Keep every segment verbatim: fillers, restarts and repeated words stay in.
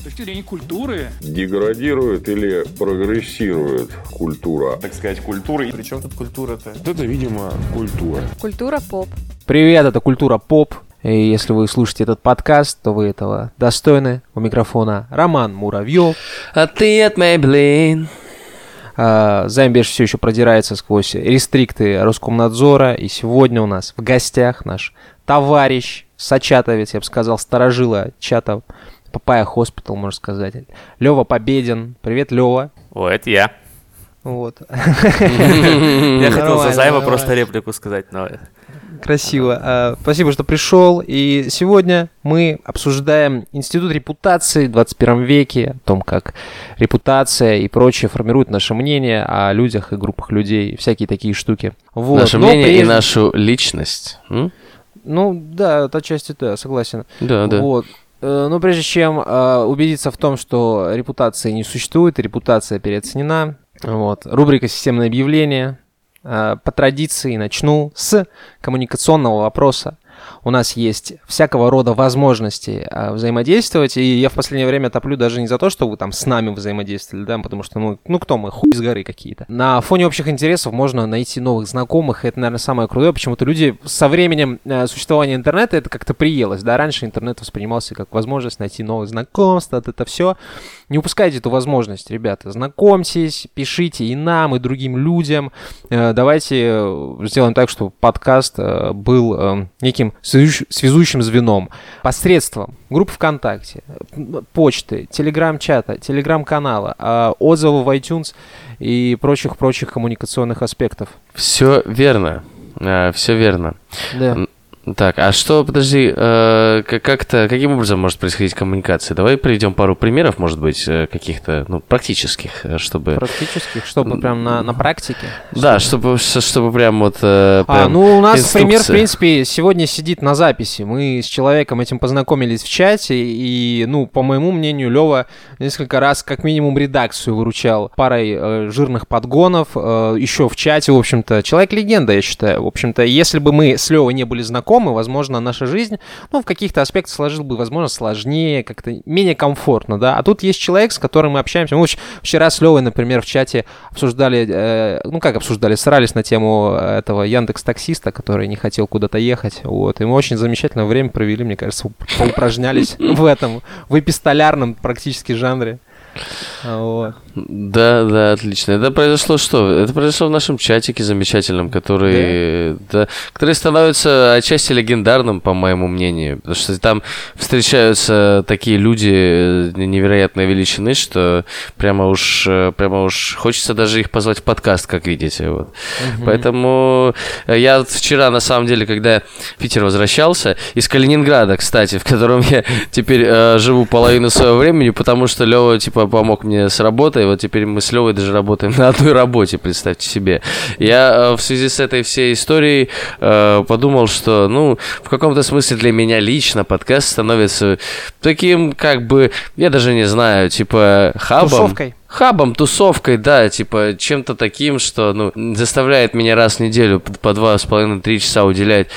точки зрения культуры. Деградирует или прогрессирует культура? Так сказать, культура. Причем тут культура-то? Это, видимо, культура. Культура поп. Привет, это Культура Поп. И если вы слушаете этот подкаст, то вы этого достойны. У микрофона Роман Муравьев. А ты от Maybelline. А, Замбеш все еще продирается сквозь рестрикты Роскомнадзора. И сегодня у нас в гостях наш товарищ, сочатовец, я бы сказал, старожила чата Папайя Хоспитал, можно сказать. Лёва Победин. Привет, Лёва. О, это я. Вот. Я хотел за Зайва просто реплику сказать, но... Красиво. Спасибо, что пришел. И сегодня мы обсуждаем институт репутации в двадцать первом веке, о том, как репутация и прочее формирует наше мнение о людях и группах людей, всякие такие штуки. Вот. Наше Но мнение прежде... и нашу личность. М? Ну, да, от отчасти да, согласен. Да, да. Вот. Но прежде чем э, убедиться в том, что репутации не существует, репутация переоценена, вот, рубрика «Системное объявление». Э, по традиции начну с коммуникационного вопроса. У нас есть всякого рода возможности э, взаимодействовать, и я в последнее время топлю даже не за то, что вы там с нами взаимодействовали, да, потому что, ну, ну кто мы, хуй с горы какие-то. На фоне общих интересов можно найти новых знакомых, и это, наверное, самое крутое. Почему-то люди со временем э, существования интернета это как-то приелось, да, раньше интернет воспринимался как возможность найти новых знакомств, вот это все. Не упускайте эту возможность, ребята, знакомьтесь, пишите и нам, и другим людям. Э, давайте сделаем так, чтобы подкаст э, был э, неким связующим звеном, посредством групп ВКонтакте, почты, телеграм-чата, телеграм-канала, отзывов в iTunes и прочих-прочих коммуникационных аспектов. Все верно. Все верно. Да. Так, а что, подожди, э, как-то, каким образом может происходить коммуникация? Давай приведем пару примеров, может быть, каких-то, ну, практических, чтобы... Практических? Чтобы прям на, на практике? Да, чтобы, чтобы прям вот... Прям а, ну, у нас инструкция. Пример, в принципе, сегодня сидит на записи. Мы с человеком этим познакомились в чате, и, ну, по моему мнению, Лёва несколько раз как минимум редакцию выручал парой э, жирных подгонов, э, еще в чате, в общем-то. Человек-легенда, я считаю. В общем-то, если бы мы с Лёвой не были знакомы, и, возможно, наша жизнь, ну, в каких-то аспектах сложилась бы, возможно, сложнее, как-то менее комфортно, да. А тут есть человек, с которым мы общаемся. Мы вчера с Левой, например, в чате обсуждали, э, ну, как обсуждали, срались на тему этого Яндекс.Таксиста, который не хотел куда-то ехать, вот. И мы очень замечательное время провели, мне кажется, поупражнялись в этом, в эпистолярном практически жанре. Вот. Да, да, отлично. Это произошло что? Это произошло в нашем чатике замечательном, который, да. Да, который становится отчасти легендарным, по моему мнению. Потому что там встречаются такие люди невероятной величины, что прямо уж, прямо уж хочется даже их позвать в подкаст, как видите. Вот. Угу. Поэтому я вчера, на самом деле, когда в Питер возвращался, из Калининграда, кстати, в котором я теперь э, живу половину своего времени, потому что Лёва, типа, помог мне с работой, вот теперь мы с Лёвой даже работаем на одной работе, представьте себе. Я э, в связи с этой всей историей э, подумал, что, ну, в каком-то смысле для меня лично подкаст становится таким, как бы, я даже не знаю, типа, хабом. Тусовкой. Хабом, тусовкой, да, типа, чем-то таким, что, ну, заставляет меня раз в неделю по два с половиной-три часа уделять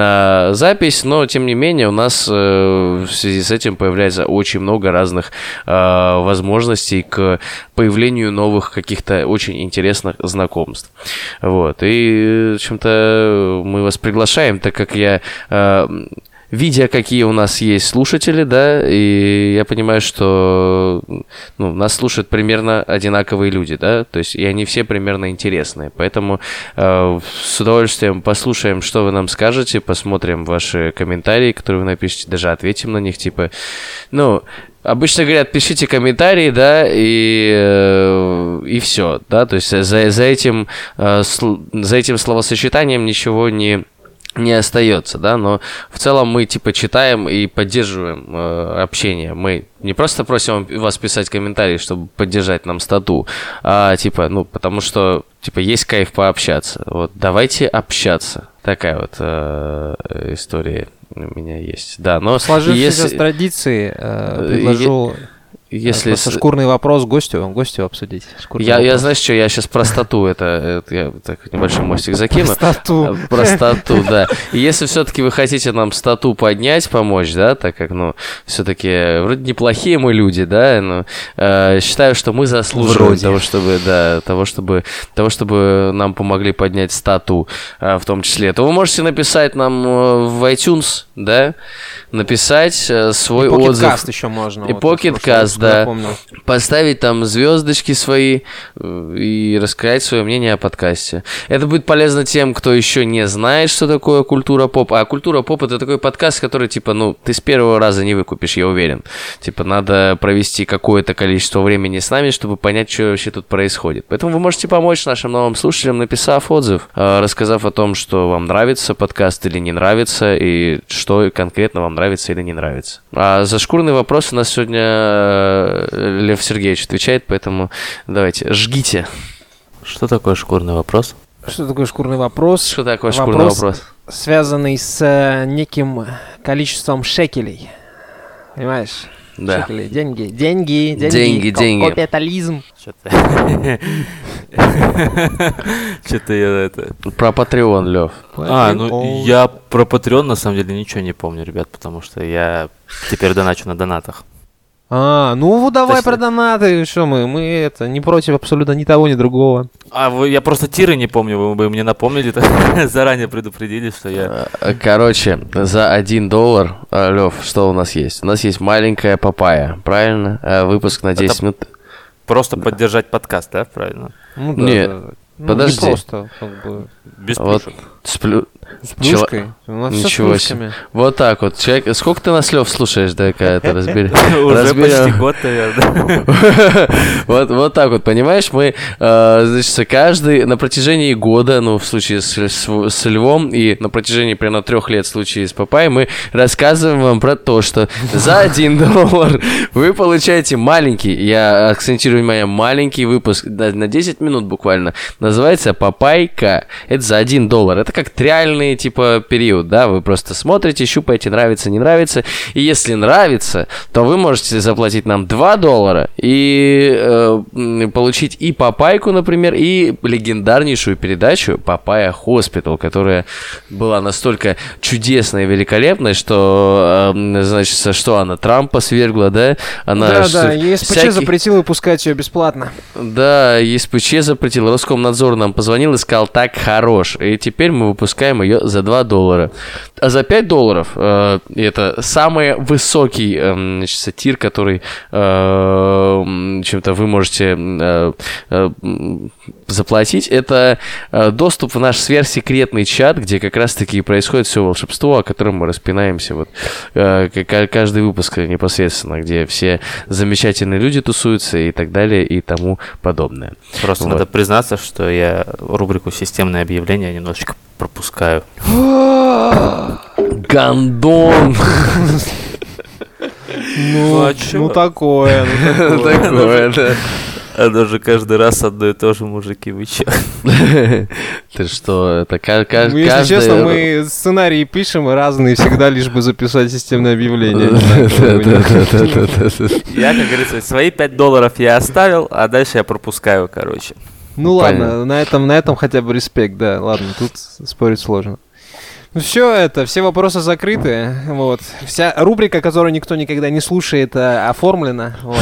на запись, но, тем не менее, у нас э, в связи с этим появляется очень много разных э, возможностей к появлению новых каких-то очень интересных знакомств. Вот, и, в общем-то, мы вас приглашаем, так как я... Э, Видя, какие у нас есть слушатели, да, и я понимаю, что, ну, нас слушают примерно одинаковые люди, да, то есть и они все примерно интересные, поэтому э, с удовольствием послушаем, что вы нам скажете, посмотрим ваши комментарии, которые вы напишите, даже ответим на них, типа, ну... Обычно говорят, пишите комментарии, да, и, и все, да, то есть за, за, этим, за этим словосочетанием ничего не... не остается, да, но в целом мы, типа, читаем и поддерживаем э, общение. Мы не просто просим вас писать комментарии, чтобы поддержать нам стату, а, типа, ну, потому что, типа, есть кайф пообщаться. Вот, давайте общаться. Такая вот э, история у меня есть. Да, но сложившись если... из традиции, э, предложу... если... Просто шкурный вопрос гостю, гостю обсудить. Я, я, знаешь что, я сейчас про стату, это, это я так небольшой мостик закину. Про стату. Про стату, да. И если все-таки вы хотите нам стату поднять, помочь, да, так как, ну, все-таки вроде неплохие мы люди, да, но э, считаю, что мы заслуживаем вроде. того, чтобы, да, того, чтобы, того, чтобы нам помогли поднять стату, э, в том числе, то вы можете написать нам в iTunes, да, написать э, свой и отзыв. Pocket Cast еще можно. И вот, Pocket Cast, да. Поставить там звездочки свои и рассказать свое мнение о подкасте. Это будет полезно тем, кто еще не знает, что такое культура поп. А культура поп — это такой подкаст, который, типа, ну, ты с первого раза не выкупишь, я уверен. Типа, надо провести какое-то количество времени с нами, чтобы понять, что вообще тут происходит. Поэтому вы можете помочь нашим новым слушателям, написав отзыв, рассказав о том, что вам нравится подкаст или не нравится, и что конкретно вам нравится или не нравится. А за шкурный вопрос у нас сегодня Лев Сергеевич отвечает, поэтому давайте, жгите. Что такое шкурный вопрос? Что такое шкурный вопрос? Что такое шкурный вопрос? вопрос? Связанный с неким количеством шекелей. Понимаешь? Да. Шекели, деньги, деньги, деньги, деньги, деньги. Капитализм. Что-то Что-то я это... Про Patreon, Лев. А, ну я про Patreon на самом деле ничего не помню, ребят, потому что я теперь доначу на донатах. А, ну давай про донаты, что мы, мы это, не против абсолютно ни того, ни другого. А вы, я просто тиры не помню, вы бы мне напомнили, заранее предупредили, что я... Короче, за один доллар, Лев, что у нас есть? У нас есть маленькая папайя, правильно? Выпуск на десять минут. Просто поддержать подкаст, да, правильно? Ну, да, Нет, да. подожди. Ну, не просто, как бы... Без вот, плюшек. С, плю... с плюшкой? Чело... У нас Ничего себе. Вот так вот. Человек... Сколько ты нас, Лев, слушаешь, дай-ка это разбери. Уже почти год, наверное. вот, вот так вот, понимаешь, мы, э, значит, каждый на протяжении года, ну, в случае с, с, с Львом, и на протяжении примерно трех лет в случае с Папай, мы рассказываем вам про то, что за один доллар вы получаете маленький, я акцентирую внимание, маленький выпуск, на десять минут буквально, называется «Папайка». Это за один доллар. Это как триальный, типа, период, да, вы просто смотрите, щупаете, нравится, не нравится, и если нравится, то вы можете заплатить нам два доллара и э, получить и Папайку, например, и легендарнейшую передачу «Папайя Хоспитал», которая была настолько чудесной и великолепной, что, э, значит, что она Трампа свергла, да? Она да, что, да, ЕСПЧ всякий... запретил выпускать ее бесплатно. Да, ЕСПЧ запретил, Роскомнадзор нам позвонил и сказал, так хорош, и теперь мы выпускаем ее за два доллара. А за пять долларов, э, это самый высокий э, значит, тир, который э, чем-то вы можете э, э, заплатить, это э, доступ в наш сверхсекретный чат, где как раз-таки происходит все волшебство, о котором мы распинаемся вот э, каждый выпуск непосредственно, где все замечательные люди тусуются и так далее и тому подобное. Просто вот. Надо признаться, что я рубрику «Системные объявления» немножечко пропускаю. Гандон! Ну, ну такое. Такое, да. А даже каждый раз одно и то же, мужики, вы чё? Ты что, это каждый... Ну, если честно, мы сценарии пишем разные всегда, лишь бы записать системное объявление. Я, как говорится, свои пять долларов я оставил, а дальше я пропускаю, короче. Ну ладно, на этом, на этом хотя бы респект, да, ладно, тут спорить сложно. Ну все это, все вопросы закрыты, вот. Вся рубрика, которую никто никогда не слушает, оформлена, вот.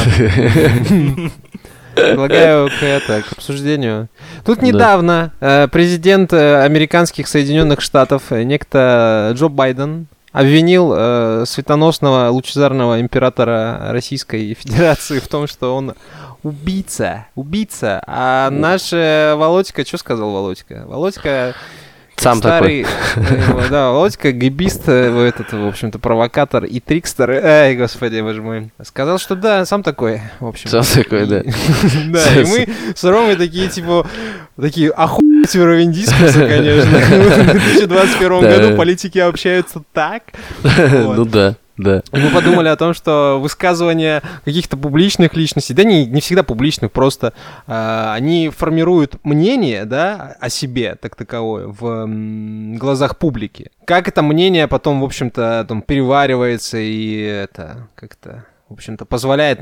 Предлагаю к, это, к обсуждению. Тут недавно э, президент американских Соединенных Штатов, некто Джо Байден, обвинил э, светоносного лучезарного императора Российской Федерации в том, что он убийца, убийца. А наш э, Володька, что сказал Володька? Володька... Сам старый, такой. Да, Володька, гибист, этот, в общем-то, провокатор и трикстер. Ай, господи, боже мой. Сказал, что да, сам такой, в общем. Сам такой, да. Да, и мы с Ромой такие, типа, такие, охуеть уровень дискурса, конечно. В две тысячи двадцать первом году политики общаются так. Ну да. Да. Мы подумали о том, что высказывания каких-то публичных личностей, да не, не всегда публичных, просто э, они формируют мнение, да, о себе, так таковое, в м, глазах публики. Как это мнение потом, в общем-то, там, переваривается и это как-то, в общем-то, позволяет нам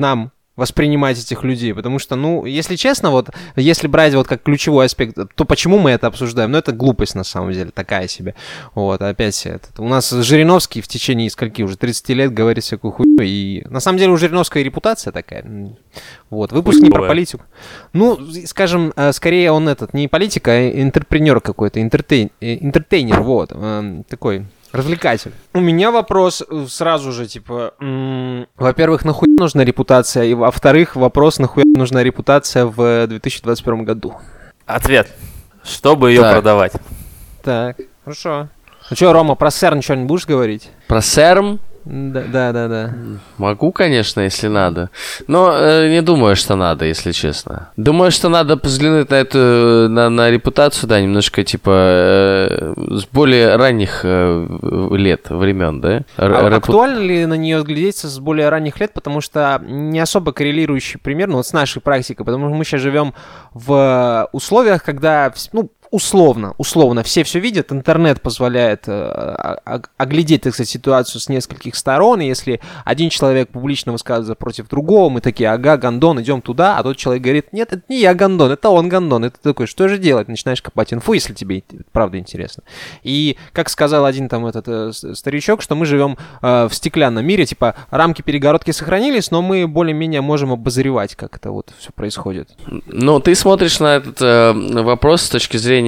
воспринимать этих людей, потому что, ну, если честно, вот, если брать вот как ключевой аспект, то почему мы это обсуждаем? Ну, это глупость, на самом деле, такая себе. Вот, опять, это, у нас Жириновский в течение скольки, уже тридцати лет говорит всякую хуйню, и на самом деле у Жириновского репутация такая. Вот, выпуск не про политику. Ну, скажем, скорее он этот, не политик, а интерпренер какой-то, интертейн, интертейнер, вот, такой... Развлекатель. У меня вопрос сразу же, типа, м- во-первых, нахуя нужна репутация, и во-вторых, вопрос, нахуя нужна репутация в две тысячи двадцать первом году? Ответ. Чтобы ее Так. продавать. Так, хорошо. Ну что, Рома, про СЭРН что-нибудь будешь говорить? Про СЭРМ? Да, да, да, да. Могу, конечно, если надо. Но э, не думаю, что надо, если честно. Думаю, что надо взглянуть на эту, на, на репутацию, да, немножко, типа, э, с более ранних э, лет, времен, да? Р- А репу- актуально ли на нее глядеться с более ранних лет, потому что не особо коррелирующий пример, ну вот с нашей практикой, потому что мы сейчас живем в условиях, когда, ну, условно, условно, все все видят, интернет позволяет э, о- оглядеть, так сказать, ситуацию с нескольких сторон, и если один человек публично высказывается против другого, мы такие, ага, гондон, идем туда, а тот человек говорит, нет, это не я гондон, это он гондон, и ты такой, что же делать? Начинаешь копать инфу, если тебе это правда интересно. И, как сказал один там этот э, старичок, что мы живем э, в стеклянном мире, типа, рамки перегородки сохранились, но мы более-менее можем обозревать, как это вот все происходит. Ну, ты смотришь на этот э, вопрос с точки зрения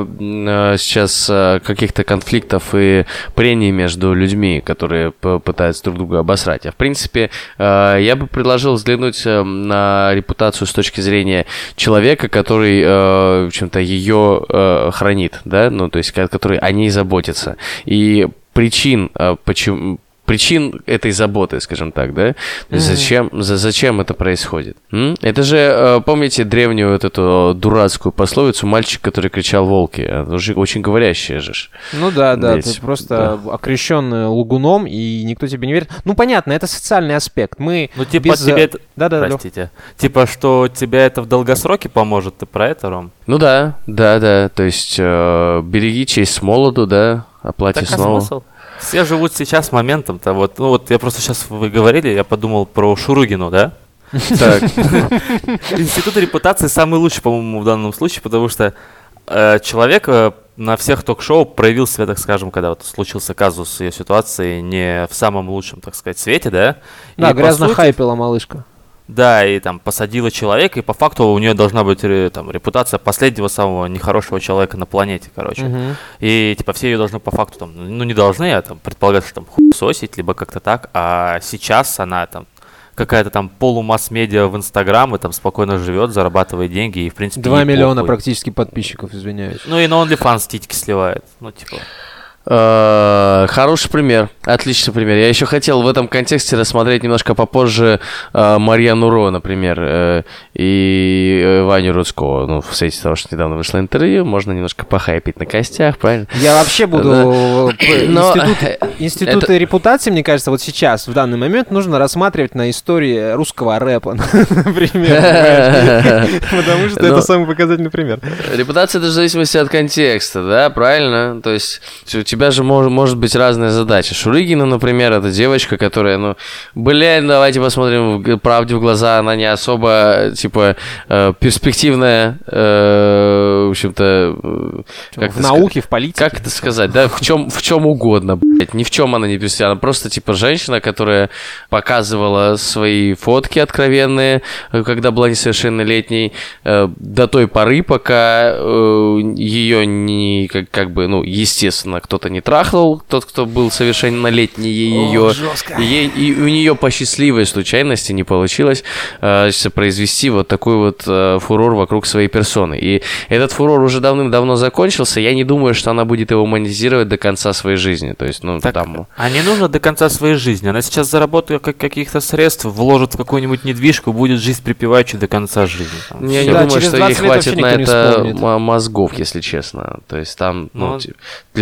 э, сейчас э, каких-то конфликтов и прений между людьми, которые п- пытаются друг друга обосрать. А в принципе, э, я бы предложил взглянуть э, на репутацию с точки зрения человека, который, э, в общем-то, ее э, хранит, да, ну, то есть, который о ней заботится. И причин, э, почему... причин этой заботы, скажем так, да? Mm-hmm. Зачем, за, зачем это происходит? М? Это же, э, помните древнюю вот эту дурацкую пословицу «мальчик, который кричал волки»? Она же очень говорящая же. Ну да, да, Здесь, ты просто да. окрещенный лгуном, и никто тебе не верит. Ну понятно, это социальный аспект. Мы Ну типа без... тебе это... Да, да, Простите. Типа, что тебе это в долгосроке поможет, ты про это, Ром? Ну да, да, да. То есть э, береги честь с молоду, да, оплати Так, а снова. смысл? Все живут сейчас моментом-то. Вот, ну вот я просто сейчас вы говорили, я подумал про Шурыгину, да? Так. Институт репутации самый лучший, по-моему, в данном случае, потому что э, человек э, на всех ток-шоу проявил себя, так скажем, когда вот случился казус с ее ситуацией, не в самом лучшем, так сказать, свете, да? Да, И, грязно по сути, хайпила малышка. Да, и там посадила человека, и по факту у нее должна быть там репутация последнего самого нехорошего человека на планете, короче. Мгм. И типа все ее должны по факту там, ну не должны, а там предполагать, что там хуесосить, либо как-то так. А сейчас она там какая-то там полумасс-медиа в Инстаграм и там спокойно живет, зарабатывает деньги и в принципе Два ей миллиона похуй. практически подписчиков, извиняюсь. Ну и на OnlyFans титьки сливает, ну типа. Э, Хороший пример, отличный пример. Я еще хотел в этом контексте рассмотреть немножко попозже э, Марьяну Ро, например, э, и э, Ваню Рудского. Ну, в свете того, что недавно вышло интервью, можно немножко похайпить на костях, правильно? Я вообще буду... Да. п- Но, Институт, э, институты это- репутации, мне кажется, вот сейчас, в данный момент, нужно рассматривать на истории русского рэпа, например. Потому что это Но- самый показательный пример. Репутация — это в зависимости от контекста, да, правильно? То есть у тебя же мож- может быть разная задача. Шурыгина, например, это девочка, которая, ну, блядь, давайте посмотрим в- правде в глаза, она не особо, типа, э, перспективная, э, в общем-то... э, как В это науке, в политике. Как это сказать, да, в чем, в чем угодно, блядь, ни в чем она не перспективна, она просто, типа, женщина, которая показывала свои фотки откровенные, э, когда была несовершеннолетней, э, до той поры, пока э, ее не, как, как бы, ну, естественно, кто-то не трахнул, тот, кто был совершеннолетний ее, и, ей- и у нее по счастливой случайности не получилось э, произвести вот такой вот э, фурор вокруг своей персоны. И этот фурор уже давным-давно закончился, я не думаю, что она будет его монетизировать до конца своей жизни, то есть, ну, Так, там... а не нужно до конца своей жизни. Она сейчас заработает как- каких-то средств, вложит в какую-нибудь недвижку, будет жизнь припеваючей до конца жизни. Там, Я всё. не Да, думаю, через что ей двадцать лет хватит вообще на никто не это вспомнит. м- мозгов, если честно. То есть там, ну, Ну, ти- для того, чтобы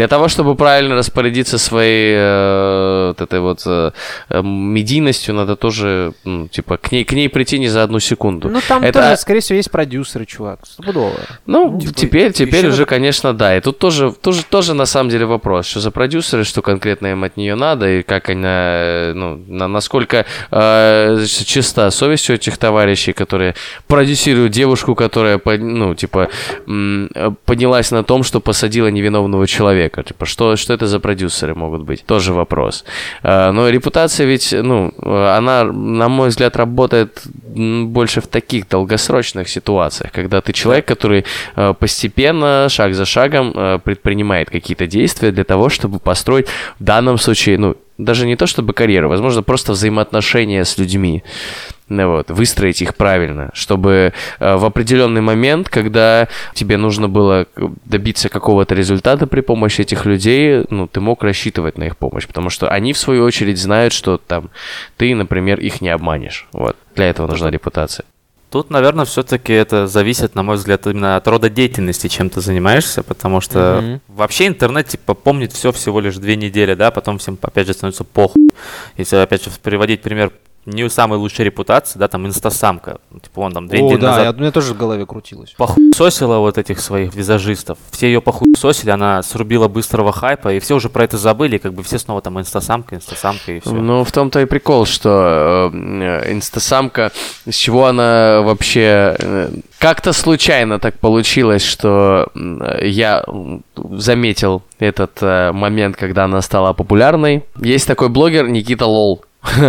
чтобы правильно распорядиться своей э, вот этой вот э, медийностью, надо тоже, ну, типа, к ней, к ней прийти не за одну секунду. Ну, там это... тоже, скорее всего, есть продюсеры, чувак, стопудово. Ну, ну типа, теперь, теперь еще уже, так... конечно, да. И тут тоже, тоже, тоже на самом деле вопрос, что за продюсеры, что конкретно им от нее надо, и как она, ну, на, насколько э, чиста совесть у этих товарищей, которые продюсируют девушку, которая, ну, типа, м- поднялась на том, что посадила невиновного человека. Типа, что, что это за продюсеры могут быть? Тоже вопрос. Э, но репутация ведь, ну, она, на мой взгляд, работает больше в таких долгосрочных ситуациях, когда ты человек, который э, постепенно, шаг за шагом э, предпринимает какие-то действия для того, чтобы построить в данном случае, ну, даже не то чтобы карьеру, возможно, просто взаимоотношения с людьми. Ну, вот, выстроить их правильно, чтобы э, в определенный момент, когда тебе нужно было добиться какого-то результата при помощи этих людей, ну, ты мог рассчитывать на их помощь, потому что они, в свою очередь, знают, что там ты, например, их не обманешь. Вот. Для этого нужна репутация. Тут, наверное, все-таки это зависит, на мой взгляд, именно от рода деятельности, чем ты занимаешься, потому что mm-hmm. вообще интернет, типа, помнит все всего лишь две недели, да, потом всем, опять же, становится похуй. Если, опять же, приводить пример не самой лучшей репутации, да, там, инстасамка, типа, он там две О, недели да, назад... я, у меня тоже в голове крутилось. Похуесосила вот этих своих визажистов, все ее похуесосили, она срубила быстрого хайпа, и все уже про это забыли, и как бы все снова там инстасамка, инстасамка, и все. Ну, в том-то и прикол, что э, инстасамка, с чего она вообще... Э, как-то случайно так получилось, что э, я заметил этот э, момент, когда она стала популярной. Есть такой блогер Никита Лол.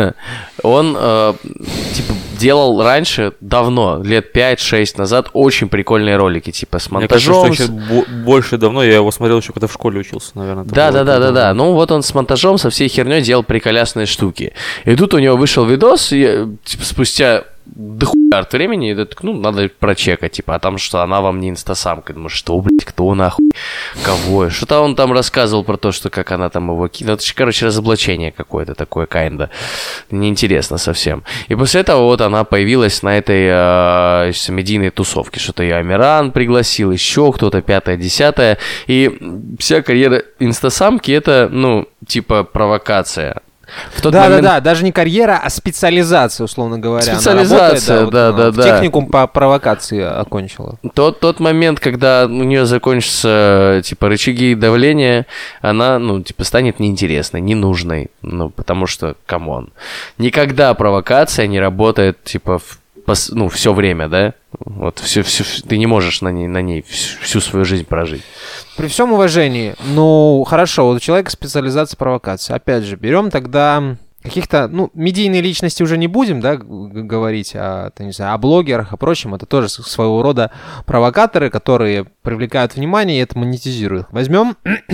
Он, э, типа, делал раньше, давно, лет пять-шесть назад, очень прикольные ролики, типа, с монтажом. Мне кажется, что еще больше давно, я его смотрел еще, когда в школе учился, наверное. Да-да-да-да-да, ну вот он с монтажом, со всей херней делал приколясные штуки. И тут у него вышел видос, и, типа, спустя дохуя от времени, и так, ну, надо прочекать, типа, а там что, она вам не инстасамка. Думаю, что, блядь, кто нахуй, кого? Что-то он там рассказывал про то, что как она там его кинула. Это, короче, разоблачение какое-то такое, kinda. Неинтересно совсем. И после этого вот она появилась на этой э, медийной тусовке. Что-то ее Амиран пригласил, еще кто-то, пятое, десятое. И вся карьера инстасамки это, ну, типа, провокация. Да-да-да, момент... даже не карьера, а специализация, условно говоря. Специализация, да-да-да. Вот, техникум по провокации окончила. Тот, тот момент, когда у нее закончатся, типа, рычаги давления, она, ну, типа, станет неинтересной, ненужной. Ну, потому что, камон. Никогда провокация не работает, типа, в, пос, ну, все время, да? Вот, все, все, ты не можешь на ней, на ней всю, всю свою жизнь прожить. При всем уважении, ну, хорошо, вот у человека специализация провокации. Опять же, берем тогда каких-то, ну, медийные личности уже не будем, да, говорить о, не знаю, о блогерах, о прочем. Это тоже своего рода провокаторы, которые привлекают внимание и это монетизируют. Возьмем...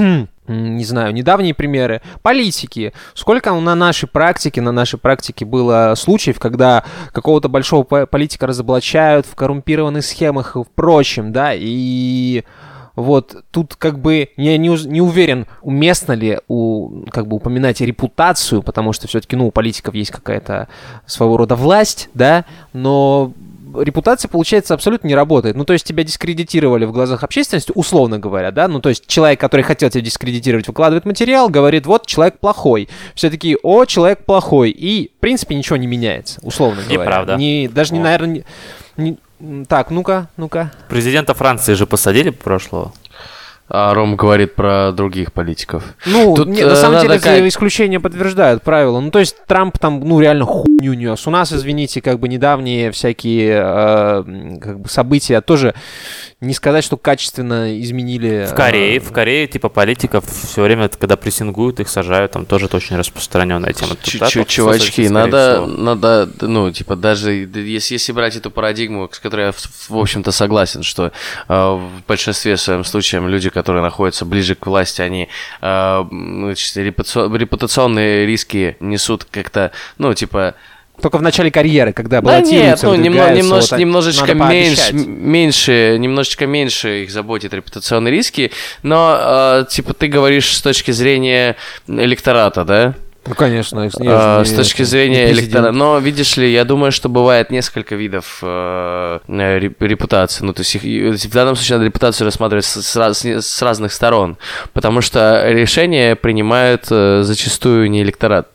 не знаю, недавние примеры, политики. Сколько на нашей практике, на нашей практике было случаев, когда какого-то большого политика разоблачают в коррумпированных схемах и прочем, да, и вот тут как бы я не, не уверен, уместно ли у, как бы упоминать репутацию, потому что все-таки, ну, у политиков есть какая-то своего рода власть, да, но... репутация, получается, абсолютно не работает. Ну, то есть тебя дискредитировали в глазах общественности, условно говоря, да? Ну, то есть человек, который хотел тебя дискредитировать, выкладывает материал, говорит, вот, человек плохой. Все такие, о, человек плохой. И, в принципе, ничего не меняется, условно говоря. Неправда. Не, даже, не, наверное, не, не... Так, ну-ка, ну-ка. Президента Франции же посадили прошлого. А Ром говорит про других политиков. Ну, Тут, не, на самом деле, такая... исключения подтверждают правила. Ну, то есть, Трамп там, ну, реально хуйню нес. У нас, извините, как бы недавние всякие э, как бы события тоже не сказать, что качественно изменили. В Корее, э... в Корее, типа, политиков все время, когда прессингуют, их сажают, там тоже это очень распространенная тема. Чуть-чуть, чувачки, надо, надо, ну, типа, даже если, если брать эту парадигму, с которой я, в общем-то, согласен, что э, в большинстве своем случаев люди, которые находятся ближе к власти, они э, значит, репутационные риски несут как-то, ну, типа... Только в начале карьеры, когда да нет, ну, немного, немнож, вот, немножечко меньше, меньше, немножечко меньше их заботит репутационные риски, но, э, типа, ты говоришь с точки зрения электората, да? Ну, конечно. А, с точки зрения электората. Но, видишь ли, я думаю, что бывает несколько видов э, репутации. Ну, то есть их, в данном случае надо репутацию рассматривать с, с, раз, с разных сторон. Потому что решения принимают э, зачастую не электорат.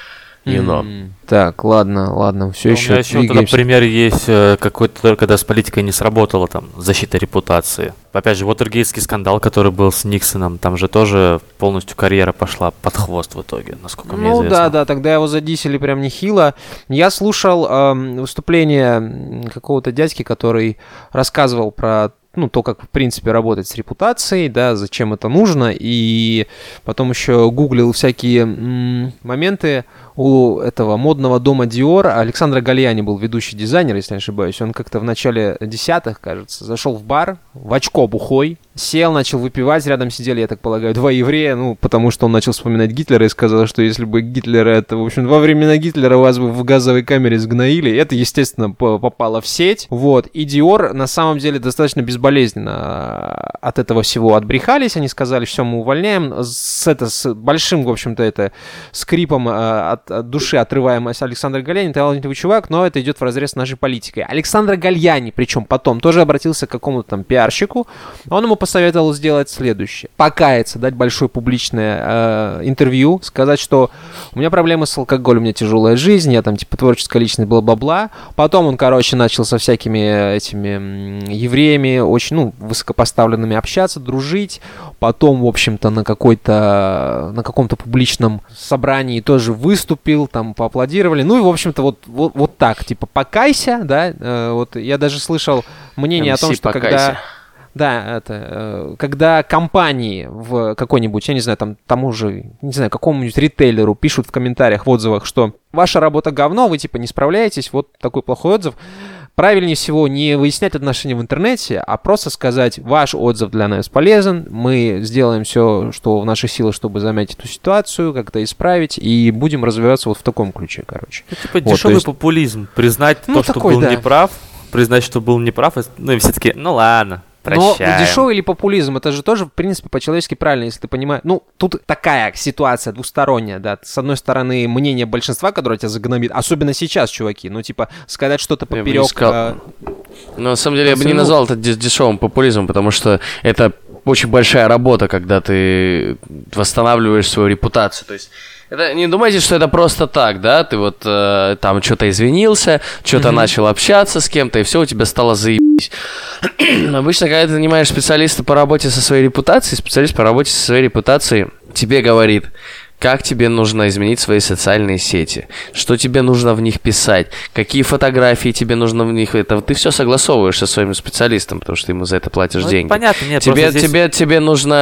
You know. Mm-hmm. Так, ладно, ладно, все ну, еще. У меня еще вот этот пример есть какой-то, когда с политикой не сработала там защита репутации. Опять же, Уотергейтский скандал, который был с Никсоном, там же тоже полностью карьера пошла под хвост в итоге, насколько мне ну, известно. Ну да, да, тогда его задисили прям нехило. Я слушал э, выступление какого-то дядьки, который рассказывал про ну, то, как, в принципе, работать с репутацией, да, зачем это нужно, и потом еще гуглил всякие м- моменты у этого модного дома Dior. Александро Гальяни был ведущий дизайнер, если не ошибаюсь. Он как-то в начале десятых, кажется, зашел в бар, в очко бухой, сел, начал выпивать, рядом сидели, я так полагаю, два еврея, ну, потому что он начал вспоминать Гитлера и сказал, что если бы Гитлер это, в общем, во времена Гитлера вас бы в газовой камере сгноили, это, естественно, попало в сеть, вот, и Dior на самом деле достаточно безболезненно от этого всего отбрехались, они сказали, все, мы увольняем, с, это, с большим, в общем-то, это, скрипом от, от души отрываем Александра Гальяни, талантливый чувак, но это идет вразрез с нашей политикой. Александр Гальяни, причем потом, тоже обратился к какому-то там пиарщику, он ему посоветовал сделать следующее. Покаяться, дать большое публичное э, интервью, сказать, что у меня проблемы с алкоголем, у меня тяжелая жизнь, я там типа творческая личность, бла-бла-бла. Потом он, короче, начал со всякими этими м, евреями, очень, ну, высокопоставленными общаться, дружить. Потом, в общем-то, на какой-то, на каком-то публичном собрании тоже выступил, там поаплодировали. Ну и, в общем-то, вот, вот, вот так, типа, покайся, да. Э, вот я даже слышал мнение эм о си том, что покайся. когда... Да, это, э, когда компании в какой-нибудь, я не знаю, там, тому же, не знаю, какому-нибудь ритейлеру пишут в комментариях, в отзывах, что ваша работа говно, вы, типа, не справляетесь, вот такой плохой отзыв. Правильнее всего не выяснять отношения в интернете, а просто сказать, ваш отзыв для нас полезен, мы сделаем все, что в наших силах, чтобы замять эту ситуацию, как-то исправить, и будем развиваться вот в таком ключе, короче. Ну, типа, вот, дешевый есть... популизм, признать ну, то, что такой, был да. неправ, признать, что был неправ, ну и все таки ну ладно. Прощаем. Но дешевый или популизм, это же тоже, в принципе, по-человечески правильно, если ты понимаешь. Ну, тут такая ситуация двусторонняя, да. С одной стороны, мнение большинства, которое тебя загнобит, особенно сейчас, чуваки, ну, типа, сказать что-то поперек... Сказал... Ну, на самом деле, я бы не назвал это дешевым популизмом, потому что это очень большая работа, когда ты восстанавливаешь свою репутацию, то есть... Это, не думайте, что это просто так, да, ты вот э, там что-то извинился, что-то mm-hmm. начал общаться с кем-то, и все, у тебя стало заебись. Обычно, когда ты нанимаешь специалиста по работе со своей репутацией, специалист по работе со своей репутацией тебе говорит, как тебе нужно изменить свои социальные сети, что тебе нужно в них писать, какие фотографии тебе нужно в них... Это ты все согласовываешь со своим специалистом, потому что ты ему за это платишь ну, деньги. Понятно, нет, тебе, здесь... тебе, тебе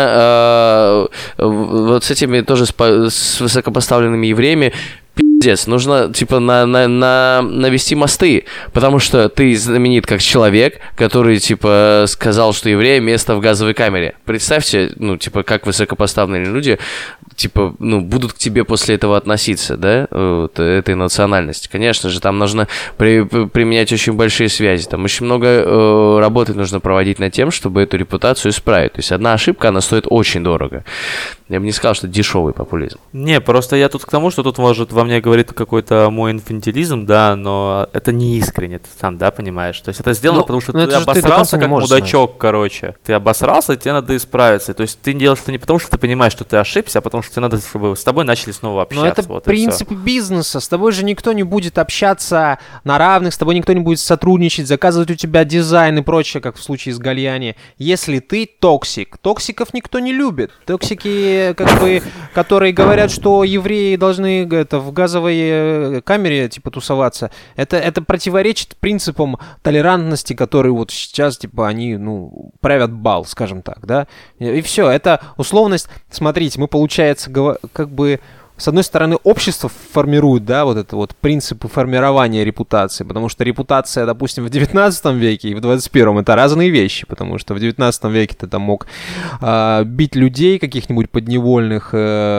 нужно э, вот с этими тоже с, с высокопоставленными евреями пиздец, нужно, типа, на, на, на, навести мосты, потому что ты знаменит как человек, который, типа, сказал, что евреи место в газовой камере. Представьте, ну, типа, как высокопоставленные люди, типа, ну, будут к тебе после этого относиться, да, вот, этой национальности. Конечно же, там нужно при, применять очень большие связи, там очень много э, работы нужно проводить над тем, чтобы эту репутацию исправить. То есть одна ошибка, она стоит очень дорого. Я бы не сказал, что это дешевый популизм. Не, просто я тут к тому, что тут, может, во мне говорит какой-то мой инфантилизм, да, но это не искренне, ты сам, да, понимаешь? То есть это сделано, ну, потому что ты обосрался ты как мудачок, знать. Короче. Ты обосрался, тебе надо исправиться. То есть ты делаешь это не потому, что ты понимаешь, что ты ошибся, а потому что тебе надо, чтобы с тобой начали снова общаться. Но это вот принцип бизнеса. С тобой же никто не будет общаться на равных, с тобой никто не будет сотрудничать, заказывать у тебя дизайн и прочее, как в случае с Гальяни. Если ты токсик. Токсиков никто не любит. Токсики, как бы, которые говорят, что евреи должны это, в газовой камере, типа, тусоваться. Это, это противоречит принципам толерантности, которые вот сейчас, типа, они, ну, правят бал, скажем так, да. И все, это условность. Смотрите, мы, получается, как бы... С одной стороны, общество формирует, да, вот это вот принципы формирования репутации, потому что репутация, допустим, в девятнадцатом веке и в двадцать первом это разные вещи, потому что в девятнадцатом веке ты там мог э, бить людей каких-нибудь подневольных,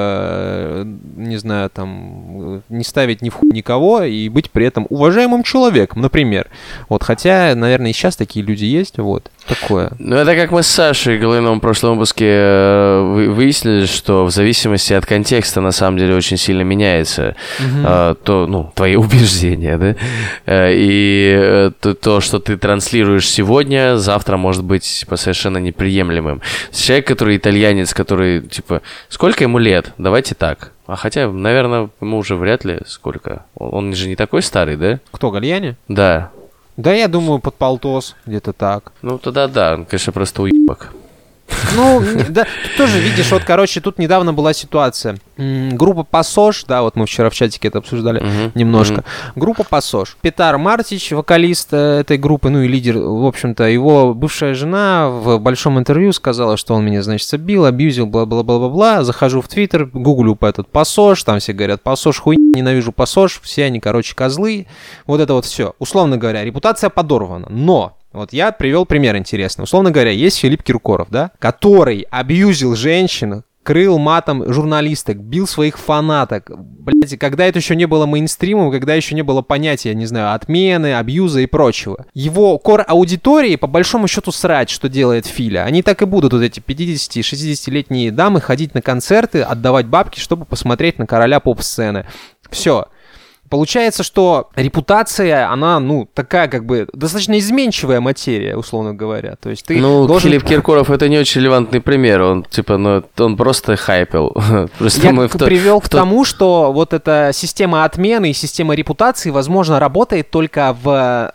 э, не знаю, там, не ставить ни в хуй никого и быть при этом уважаемым человеком, например. Вот, хотя, наверное, и сейчас такие люди есть, вот, такое. Ну, это как мы с Сашей Головиным в прошлом выпуске выяснили, что в зависимости от контекста, на самом деле, деле очень сильно меняется. Мгм. А, то, ну, твои убеждения, да? А, и э, то, то, что ты транслируешь сегодня, завтра может быть типа, совершенно неприемлемым. Человек, который итальянец, который, типа, сколько ему лет? Давайте так. А хотя, наверное, ему уже вряд ли сколько. Он, он же не такой старый, да? Кто, Гальяни? Да. Да, я думаю, под полтос, где-то так. Ну, тогда да, он, конечно, просто уебок. Ну, да, тут тоже, видишь, вот, короче, тут недавно была ситуация. М, Группа Пассож, да, вот мы вчера в чатике это обсуждали Мгм, немножко. мгм. Группа Пассож. Петар Мартич, вокалист э, этой группы, ну и лидер, в общем-то, его бывшая жена в большом интервью сказала, что он меня, значит, бил, абьюзил, бла-бла-бла-бла-бла. Захожу в Твиттер, гуглю по этот Пассож, там все говорят, Пассож хуйня, ненавижу Пассож, все они, короче, козлы. Вот это вот все. Условно говоря, репутация подорвана. Но... Вот я привел пример интересный. Условно говоря, есть Филипп Киркоров, да, который абьюзил женщин, крыл матом журналисток, бил своих фанаток. Блядь, когда это еще не было мейнстримом, когда еще не было понятия, не знаю, отмены, абьюза и прочего. Его кор-аудитории, по большому счету, срать, что делает Филя. Они так и будут, вот эти пятидесяти-шестидесятилетние дамы, ходить на концерты, отдавать бабки, чтобы посмотреть на короля поп-сцены. Все. Получается, что репутация, она, ну, такая, как бы, достаточно изменчивая материя, условно говоря. То есть ты Ну, должен... Филипп Киркоров это не очень релевантный пример. Он, типа, ну, он просто хайпил. Просто Я мы к- в то- привел в к то- тому, что вот эта система отмены и система репутации, возможно, работает только в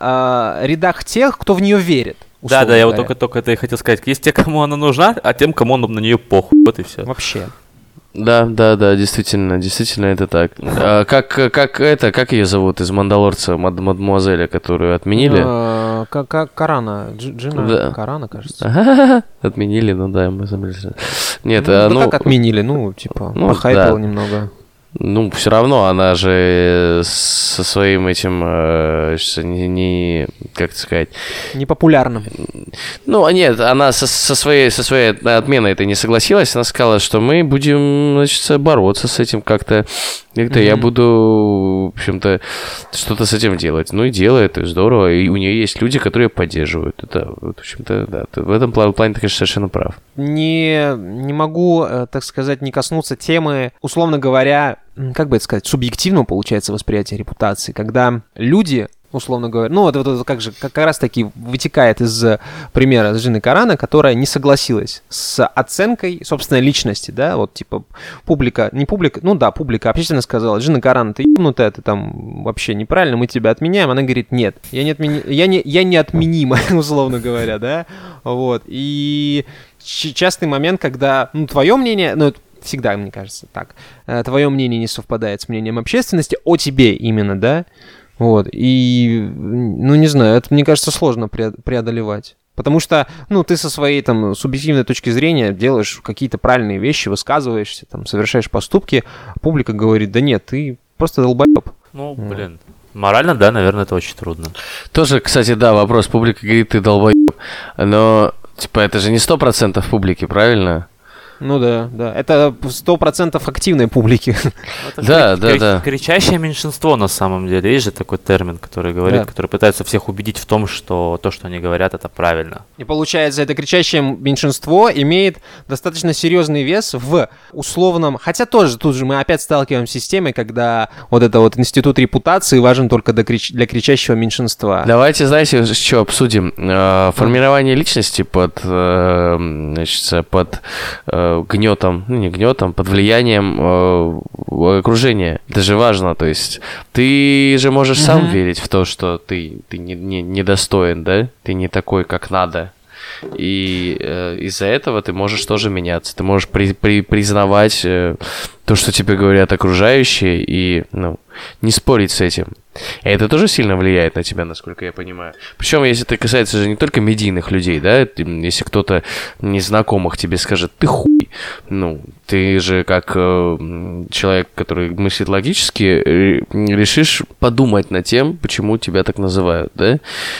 э, рядах тех, кто в нее верит. Да, условно да, я вот говоря. только, только это и хотел сказать. Есть те, кому она нужна, а тем, кому на нее похуй. Вот и все. Вообще. Да, да, да, действительно, действительно это так. А как, как это, как ее зовут из Мандалорца, мад- мадемуазеля, которую отменили? Э, Как как Карана, Дж- Джина Да. Карана, кажется. Отменили, ну да, мы забыли. Нет, Ну, а, да ну, как отменили, ну, типа, ну, похайпил да. немного. ну, все равно она же со своим этим, э, что не, не- как это сказать, Непопулярным. ну, а нет, она со, со своей, со своей отменой это не согласилась. Она сказала, что мы будем, значит, бороться с этим как-то. Как-то я Мгм. буду, в общем-то, что-то с этим делать. Ну и делает, и здорово. И у нее есть люди, которые поддерживают. Это, вот, в общем-то, да. Ты в этом пла- плане ты, конечно, совершенно прав. Не, не могу, э, так сказать, не коснуться темы, условно говоря, м, как бы это сказать, субъективного, получается, восприятия репутации, когда люди, условно говоря, ну, вот, вот, вот как же, как, как раз таки вытекает из э, примера с Джиной Карана, которая не согласилась с оценкой собственной личности, да, вот, типа, публика, не публика, ну да, публика общественно сказала, Джина Карана, ты ебнутая, ты там вообще неправильно, мы тебя отменяем, она говорит, нет, я не, отмени... я не, я не отменима, условно говоря, да, вот, и ч- частый момент, когда, ну, твое мнение, ну, это всегда, мне кажется, так, э, твое мнение не совпадает с мнением общественности о тебе именно, да, вот, и, ну, не знаю, это, мне кажется, сложно пре- преодолевать. Потому что, ну, ты со своей, там, субъективной точки зрения делаешь какие-то правильные вещи, высказываешься, там, совершаешь поступки, а публика говорит, да нет, ты просто долбоеб. Ну, блин. Морально, да, наверное, это очень трудно. Тоже, кстати, да, вопрос. Публика говорит, ты долбоеб. Но, типа, это же не сто процентов публики, правильно? Ну да, да. Это сто процентов активной публики. Это Да, кри- да, кри- да. Кричащее меньшинство на самом деле. Есть же такой термин, который говорит, Да. который пытается всех убедить в том, что то, что они говорят, это правильно. И получается, это кричащее меньшинство имеет достаточно серьезный вес в условном... Хотя тоже тут же мы опять сталкиваемся с темой, когда вот это вот институт репутации важен только для, крич- для кричащего меньшинства. Давайте, знаете, что обсудим? Э, Формирование личности под, э, значит, под э, гнетом, ну не гнетом, под влиянием э, окружения. Это же важно, то есть ты же можешь сам Мгм. верить в то, что ты, ты не, не, недостоин, да? Ты не такой, как надо. И э, из-за этого ты можешь тоже меняться. Ты можешь при, при, признавать э, то, что тебе говорят окружающие, и ну, не спорить с этим. И это тоже сильно влияет на тебя, насколько я понимаю. Причем, если это касается же не только медийных людей, да, ты- если кто-то незнакомых тебе скажет, ты хуй, ну, ты же как э, м, человек, который мыслит логически, э, решишь подумать над тем, почему тебя так называют, да,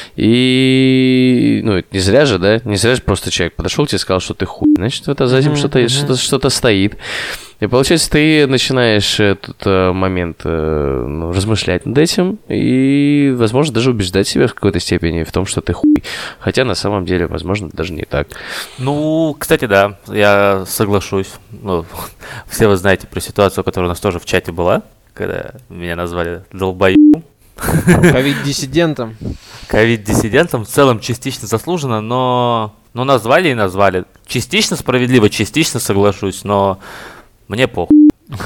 и, ну, это не зря же, да, не зря же просто человек подошел к тебе и сказал, что ты хуй, значит, это за этим Мгм, что-то, мгм. что-то, что-то стоит. И получается, ты начинаешь этот э, момент э, ну, размышлять над этим и, возможно, даже убеждать себя в какой-то степени в том, что ты хуй. Хотя на самом деле, возможно, даже не так. Ну, кстати, да, я соглашусь. Ну, все вы знаете про ситуацию, которая у нас тоже в чате была, когда меня назвали долбоебом. Ковид-диссидентом. Ковид-диссидентом в целом частично заслуженно, но... Ну, назвали и назвали. Частично справедливо, частично соглашусь, но мне похуй.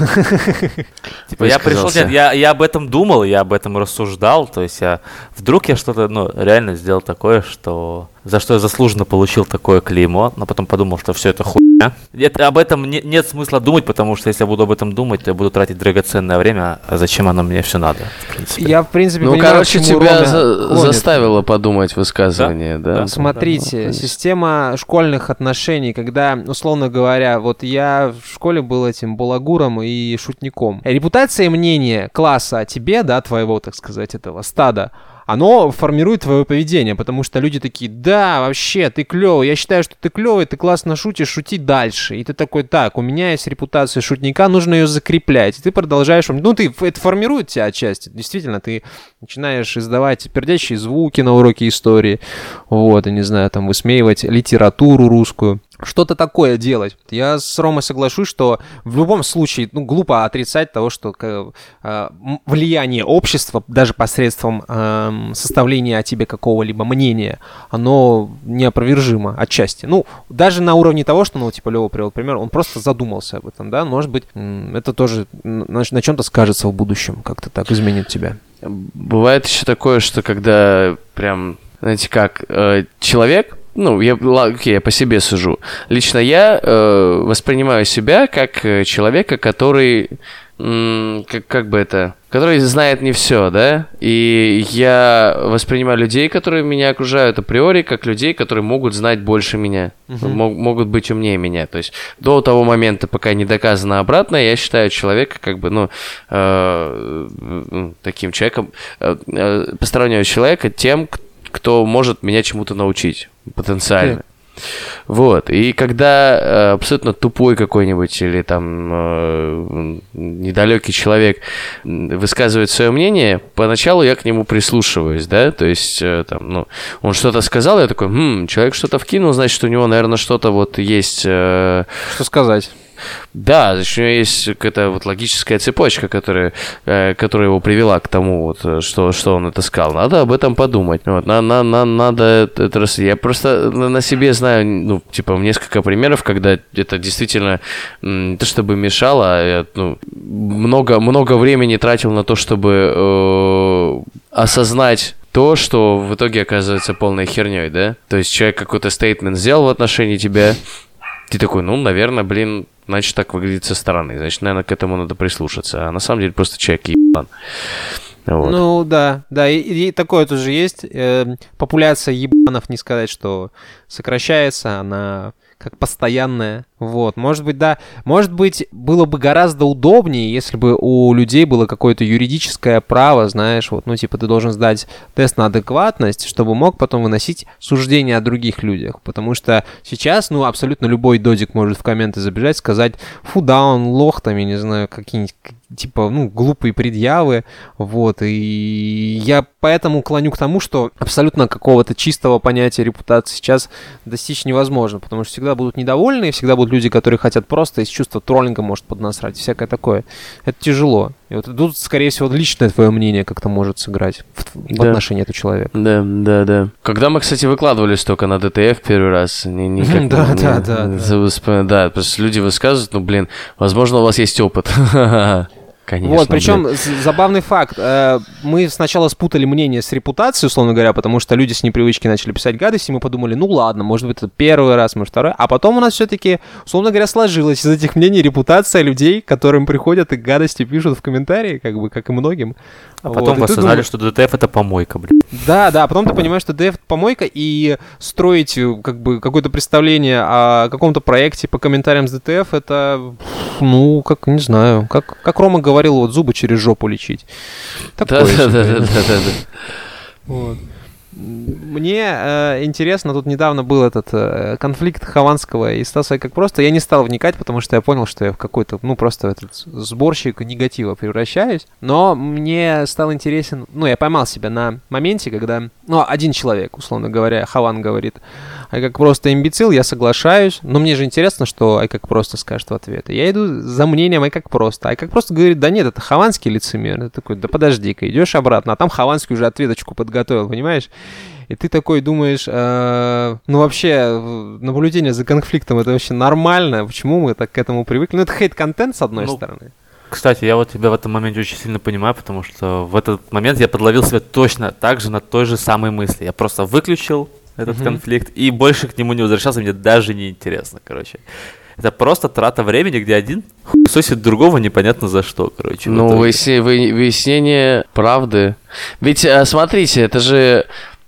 Типа я пришел, нет, я, я об этом думал, я об этом рассуждал, то есть я вдруг я что-то, ну, реально сделал такое, что за что я заслуженно получил такое клеймо, но потом подумал, что все это хуйня. Это, об этом не, нет смысла думать, потому что если я буду об этом думать, то я буду тратить драгоценное время, а зачем оно мне все надо, в принципе. Я, в принципе, ну, понимаю, короче, тебя за- заставило подумать высказывание, да? Да? да? Смотрите, Да, система школьных отношений, когда, условно говоря, вот я в школе был этим балагуром и шутником. Репутация и мнение класса о тебе, да, твоего, так сказать, этого стада, оно формирует твое поведение, потому что люди такие: да, вообще, ты клевый, я считаю, что ты клевый, ты классно шутишь, шути дальше. И ты такой: так, у меня есть репутация шутника, нужно ее закреплять. И ты продолжаешь, ну, ты, это формирует тебя отчасти, действительно, ты начинаешь издавать пердящие звуки на уроке истории, вот, и, не знаю, там, высмеивать литературу русскую. Что-то такое делать. Я с Ромой соглашусь, что в любом случае, ну, глупо отрицать того, что э, влияние общества, даже посредством э, составления о тебе какого-либо мнения, оно неопровержимо отчасти. Ну, даже на уровне того, что, ну, типа, Лёва привел пример, он просто задумался об этом, да, может быть, это тоже на, на чем-то скажется в будущем, как-то так изменит тебя. Бывает еще такое, что когда прям, знаете как, э, человек... Ну, я, окей, я по себе сужу. Лично я э, воспринимаю себя как человека, который, м, как, как бы это, который знает не все, да? И я воспринимаю людей, которые меня окружают априори, как людей, которые могут знать больше меня, uh-huh. мог, могут быть умнее меня. То есть до того момента, пока не доказано обратное, я считаю человека как бы, ну, э, таким человеком, э, э, постороннего человека тем, кто может меня чему-то научить потенциально. Yeah. Вот. И когда э, абсолютно тупой какой-нибудь или там э, недалекий человек высказывает свое мнение, поначалу я к нему прислушиваюсь, да, то есть э, там, ну, он что-то сказал, я такой: хм, человек что-то вкинул, значит, у него, наверное, что-то вот есть... Э... Что сказать? Да, значит, у него есть какая-то вот логическая цепочка, которая, э, которая его привела к тому, вот, что, что он это сказал. Надо об этом подумать. Вот, на, на, на, надо это, это... Я просто на себе знаю, ну, типа, несколько примеров, когда это действительно не то чтобы мешало, а я, ну, много, много времени тратил на то, чтобы э, осознать то, что в итоге оказывается полной херней, да? То есть человек какой-то стейтмент сделал в отношении тебя, ты такой: ну, наверное, блин, значит, так выглядит со стороны. Значит, наверное, к этому надо прислушаться. А на самом деле просто человек ебан. Вот. Ну, да, да, и, и такое тоже есть. Э, популяция ебанов, не сказать, что сокращается, она как постоянная. Вот, может быть, да, может быть, было бы гораздо удобнее, если бы у людей было какое-то юридическое право, знаешь, вот, ну, типа, ты должен сдать тест на адекватность, чтобы мог потом выносить суждения о других людях, потому что сейчас, ну, абсолютно любой додик может в комменты забежать, сказать: фу, да, он лох, там, я не знаю, какие-нибудь, типа, ну, глупые предъявы, вот, и я поэтому клоню к тому, что абсолютно какого-то чистого понятия репутации сейчас достичь невозможно, потому что всегда будут недовольны, и всегда будут люди, которые хотят просто из чувства троллинга, может, поднасрать, всякое такое. Это тяжело. И вот тут, скорее всего, личное твое мнение как-то может сыграть в, в да. отношении этого человека. Да, да, да. Когда мы, кстати, выкладывались только на ДТФ первый раз, не, никак, да, не, да, да, да. Да, потому что люди высказывают: ну, блин, возможно, у вас есть опыт. Конечно, вот, причем блин. забавный факт. Мы сначала спутали мнение с репутацией, условно говоря, потому что люди с непривычки начали писать гадости, и мы подумали: ну ладно, может быть, это первый раз, может, второй. А потом у нас все-таки, условно говоря, сложилось из этих мнений репутация людей, которым приходят и гадости пишут в комментарии, как бы, как и многим. А вот. Потом вы осознали, думаешь... что ДТФ — это помойка, блин. Да, да, а потом ты понимаешь, что ДТФ — это помойка, и строить как бы какое-то представление о каком-то проекте по комментариям с ДТФ — это, ну, как, не знаю, как, как Рома говорил, вот зубы через жопу лечить. Да, да, да, да, да, да. Вот. Мне э, интересно, тут недавно был этот э, конфликт Хованского и Стаса Как Просто. Я не стал вникать, потому что я понял, что я в какой-то, ну, просто этот сборщик негатива превращаюсь. Но мне стал интересен, ну, я поймал себя на моменте, когда, ну, один человек, условно говоря, Хован говорит: «Ай Как Просто имбецил», я соглашаюсь, но мне же интересно, что Ай Как Просто скажет в ответ. И я иду за мнением Ай Как Просто. Ай Как Просто говорит: да нет, это Хованский лицемер. Ты такой: да подожди-ка, идешь обратно, а там Хованский уже ответочку подготовил, понимаешь? И ты такой думаешь, э, ну вообще, наблюдение за конфликтом — это вообще нормально? Почему мы так к этому привыкли? Ну это хейт-контент, с одной ну, стороны. Кстати, я вот тебя в этом моменте очень сильно понимаю, потому что в этот момент я подловил себя точно так же на той же самой мысли. Я просто выключил этот uh-huh. конфликт и больше к нему не возвращался, мне даже не интересно, короче. Это просто трата времени, где один хуесосит другого непонятно за что, короче. Ну, выяснение, выяснение правды. Ведь, смотрите, это же...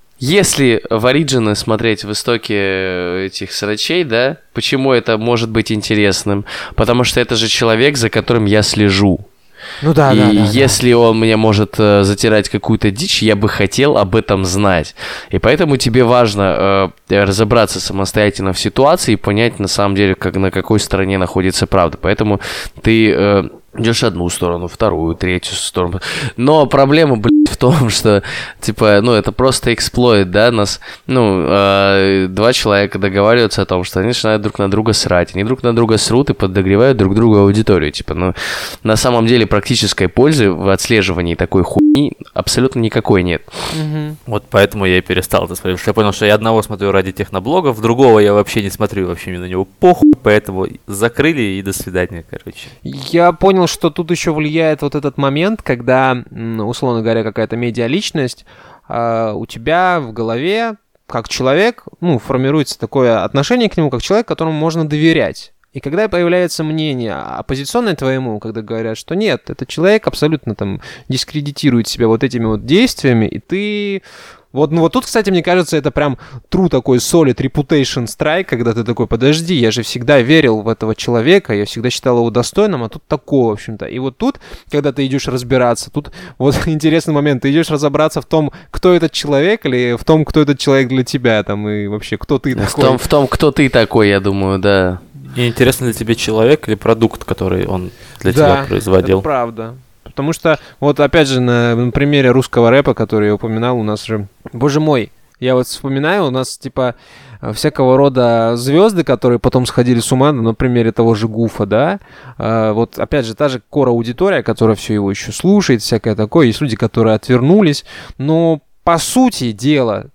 Если в Origin смотреть в истоке этих срачей, да, почему это может быть интересным? Потому что это же человек, за которым я слежу. Ну да, и да, да. если да. он мне может э, затирать какую-то дичь, я бы хотел об этом знать. И поэтому тебе важно э, разобраться самостоятельно в ситуации и понять, на самом деле, как, на какой стороне находится правда. Поэтому ты... Э, идешь одну сторону, вторую, третью сторону. Но проблема, блядь, в том, что, типа, ну, это просто эксплойт, да, нас, ну, э, два человека договариваются о том, что они начинают друг на друга срать. Они друг на друга срут и подогревают друг другу аудиторию. Типа, ну, на самом деле практической пользы в отслеживании такой хуйни абсолютно никакой нет. Mm-hmm. Вот поэтому я и перестал это смотреть. Потому что я понял, что я одного смотрю ради техноблогов, другого я вообще не смотрю, вообще мне на него похуй, поэтому закрыли и до свидания, короче. Я понял, что тут еще влияет вот этот момент, когда, условно говоря, какая-то медиаличность, э, у тебя в голове, как человек, ну, формируется такое отношение к нему, как человек, которому можно доверять. И когда появляется мнение оппозиционное твоему, когда говорят, что нет, этот человек абсолютно там дискредитирует себя вот этими вот действиями, и ты... Вот, ну вот тут, кстати, мне кажется, это прям true такой solid reputation strike, когда ты такой: подожди, я же всегда верил в этого человека, я всегда считал его достойным, а тут такое, в общем-то. И вот тут, когда ты идешь разбираться, тут вот интересный момент, ты идешь разобраться в том, кто этот человек, или в том, кто этот человек для тебя, там, и вообще, кто ты такой. В том, в том, кто ты такой, я думаю, да. И интересно ли тебе человек или продукт, который он для да, тебя производил? Это правда. Потому что, вот опять же, на, на примере русского рэпа, который я упоминал, у нас же, боже мой, я вот вспоминаю, у нас, типа, всякого рода звезды, которые потом сходили с ума, на примере того же Гуфа, да, а, вот, опять же, та же кор-аудитория, которая все его еще слушает, всякое такое, есть люди, которые отвернулись, но, по сути дела,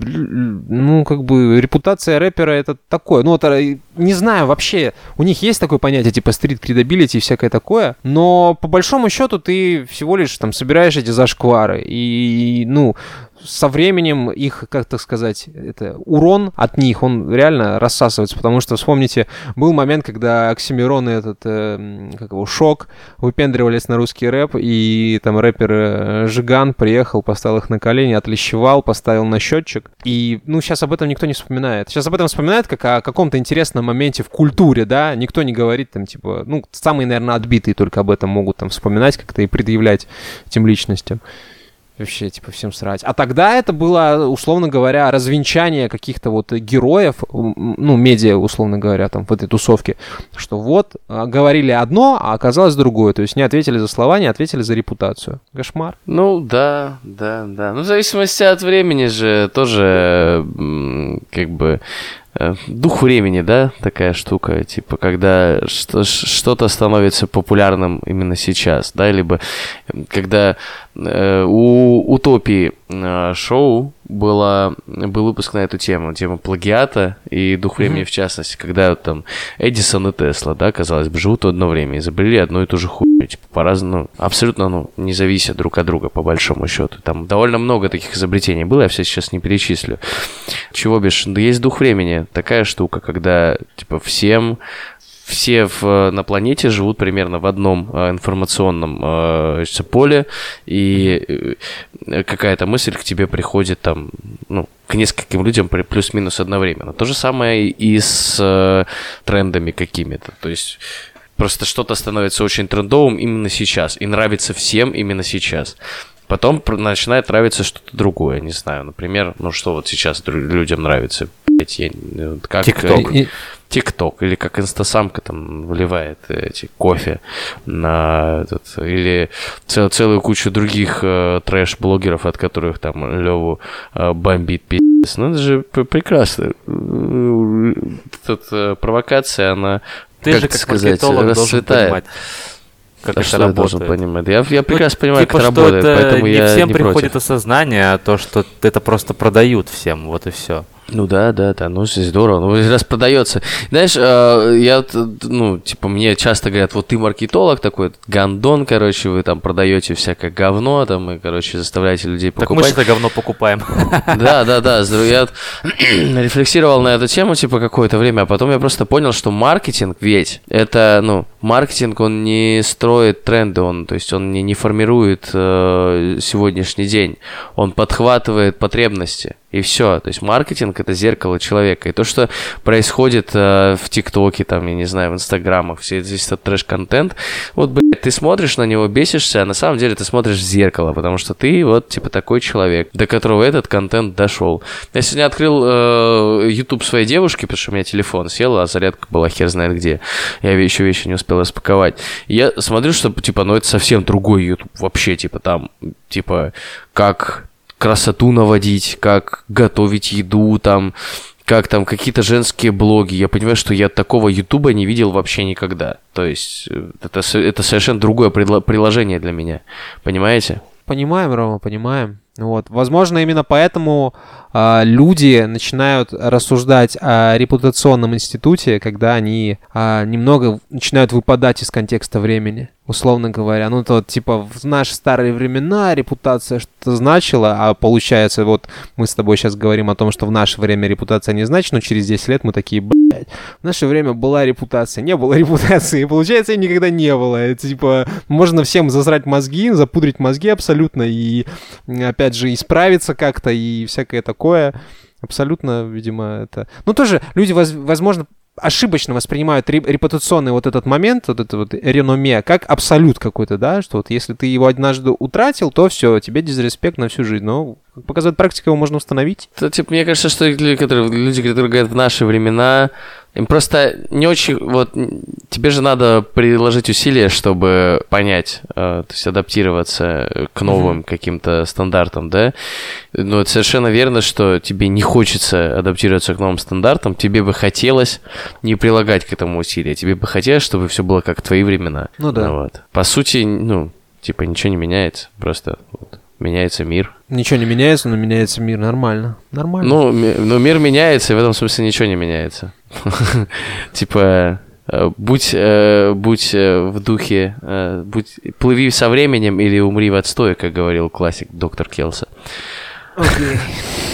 ну, как бы, репутация рэпера — это такое. Ну, вот, не знаю, вообще, у них есть такое понятие, типа, стрит-кредабилити и всякое такое, но, по большому счету, ты всего лишь, там, собираешь эти зашквары, и, ну, со временем их, как так сказать, это, урон от них, он реально рассасывается, потому что, вспомните, был момент, когда Оксимирон и этот, э, как его, Шок выпендривались на русский рэп, и там рэпер э, Жиган приехал, поставил их на колени, отлещевал, поставил на счетчик, и, ну, сейчас об этом никто не вспоминает. Сейчас об этом вспоминают как о каком-то интересном моменте в культуре, да, никто не говорит там, типа, ну, самые, наверное, отбитые только об этом могут там вспоминать как-то и предъявлять этим личностям. Вообще, типа, всем срать. А тогда это было, условно говоря, развенчание каких-то вот героев, ну, медиа, условно говоря, там, в этой тусовке, что вот, говорили одно, а оказалось другое. То есть не ответили за слова, не ответили за репутацию. Кошмар. Ну, да, да, да. Ну, в зависимости от времени же тоже, как бы... Дух времени, да, такая штука, типа, когда что- что-то становится популярным именно сейчас, да, либо когда э, у Утопии э, шоу было, был выпуск на эту тему, тема плагиата и дух времени mm-hmm. в частности, когда там Эдисон и Тесла, да, казалось бы, живут в одно время, изобрели одну и ту же хуйню, типа, по-разному, абсолютно, ну, не зависят друг от друга, по большому счету. Там довольно много таких изобретений было, я все сейчас не перечислю. Чего бишь, да есть дух времени, такая штука, когда, типа, всем... Все в, на планете живут примерно в одном э, информационном э, поле, и э, какая-то мысль к тебе приходит там, ну, к нескольким людям плюс-минус одновременно. То же самое и с э, трендами какими-то. То есть просто что-то становится очень трендовым именно сейчас и нравится всем именно сейчас. Потом начинает нравиться что-то другое, не знаю. Например, ну что вот сейчас людям нравится? Я, как ТикТок. ТикТок. Или как инстасамка там выливает эти кофе на этот, или цел, целую кучу других э, трэш-блогеров, от которых там Леву э, бомбит пи***ц. Ну это же прекрасно. Тут э, провокация, она, Ты как же как сказать, маркетолог должен расцветает. понимать, как А это что я работает. должен понимать? Я, я прекрасно Ну, понимаю, типа, как это что работает, это поэтому не я всем не приходит против. осознание, а то, что это просто продают всем, вот и все. Ну да, да, да, ну здорово, ну раз продается. Знаешь, э, я, ну, типа, мне часто говорят, вот ты маркетолог такой, гандон, короче, вы там продаете всякое говно, там, и, короче, заставляете людей Так мы покупать. же это говно покупаем. Да, да, да, я вот рефлексировал на эту тему, типа, какое-то время, а потом я просто понял, что маркетинг ведь, это, ну, маркетинг, он не строит тренды, он, то есть он не, не формирует э, сегодняшний день, он подхватывает потребности. И все. То есть маркетинг — это зеркало человека. И то, что происходит э, в ТикТоке, там, я не знаю, в Инстаграмах, все здесь этот трэш-контент, вот, блядь, ты смотришь на него, бесишься, а на самом деле ты смотришь в зеркало, потому что ты вот, типа, такой человек, до которого этот контент дошел. Я сегодня открыл э, YouTube своей девушки, потому что у меня телефон сел, а зарядка была хер знает где. Я еще вещи не успел распаковать. И я смотрю, что, типа, ну, это совсем другой YouTube. Вообще, типа, там, типа, как... красоту наводить, как готовить еду, там, как там какие-то женские блоги. Я понимаю, что я такого ютуба не видел вообще никогда. То есть это, это совершенно другое приложение для меня. Понимаете? Понимаем, Рома, понимаем. Вот. Возможно, именно поэтому а, люди начинают рассуждать о репутационном институте, когда они а, немного начинают выпадать из контекста времени, условно говоря. Ну, то типа в наши старые времена репутация что-то значила, а получается, вот мы с тобой сейчас говорим о том, что в наше время репутация не значит, но через десять лет мы такие, блядь, в наше время была репутация, не было репутации, и получается, ее никогда не было. Это типа, можно всем засрать мозги, запудрить мозги абсолютно, и опять же исправиться как-то, и всякое такое. Абсолютно, видимо, это... Ну, тоже люди, воз... возможно, ошибочно воспринимают репутационный вот этот момент, вот это вот реноме, как абсолют какой-то, да, что вот если ты его однажды утратил, то все, тебе дизреспект на всю жизнь. Но, как показывает практика, его можно установить. То, типа, мне кажется, что люди, которые, люди, которые говорят в наши времена, им просто не очень... Вот тебе же надо приложить усилия, чтобы понять, э, то есть адаптироваться к новым mm-hmm. каким-то стандартам, да? Но это совершенно верно, что тебе не хочется адаптироваться к новым стандартам, тебе бы хотелось не прилагать к этому усилия, тебе бы хотелось, чтобы все было как в твои времена. Ну да. Ну, вот. По сути, ну, типа ничего не меняется, просто вот, меняется мир. Ничего не меняется, но меняется мир нормально. Нормально. Ну, ми- ну, мир меняется, и в этом смысле ничего не меняется. Типа, будь будь в духе, будь плыви со временем или умри в отстое, как говорил классик доктор Келса. Окей.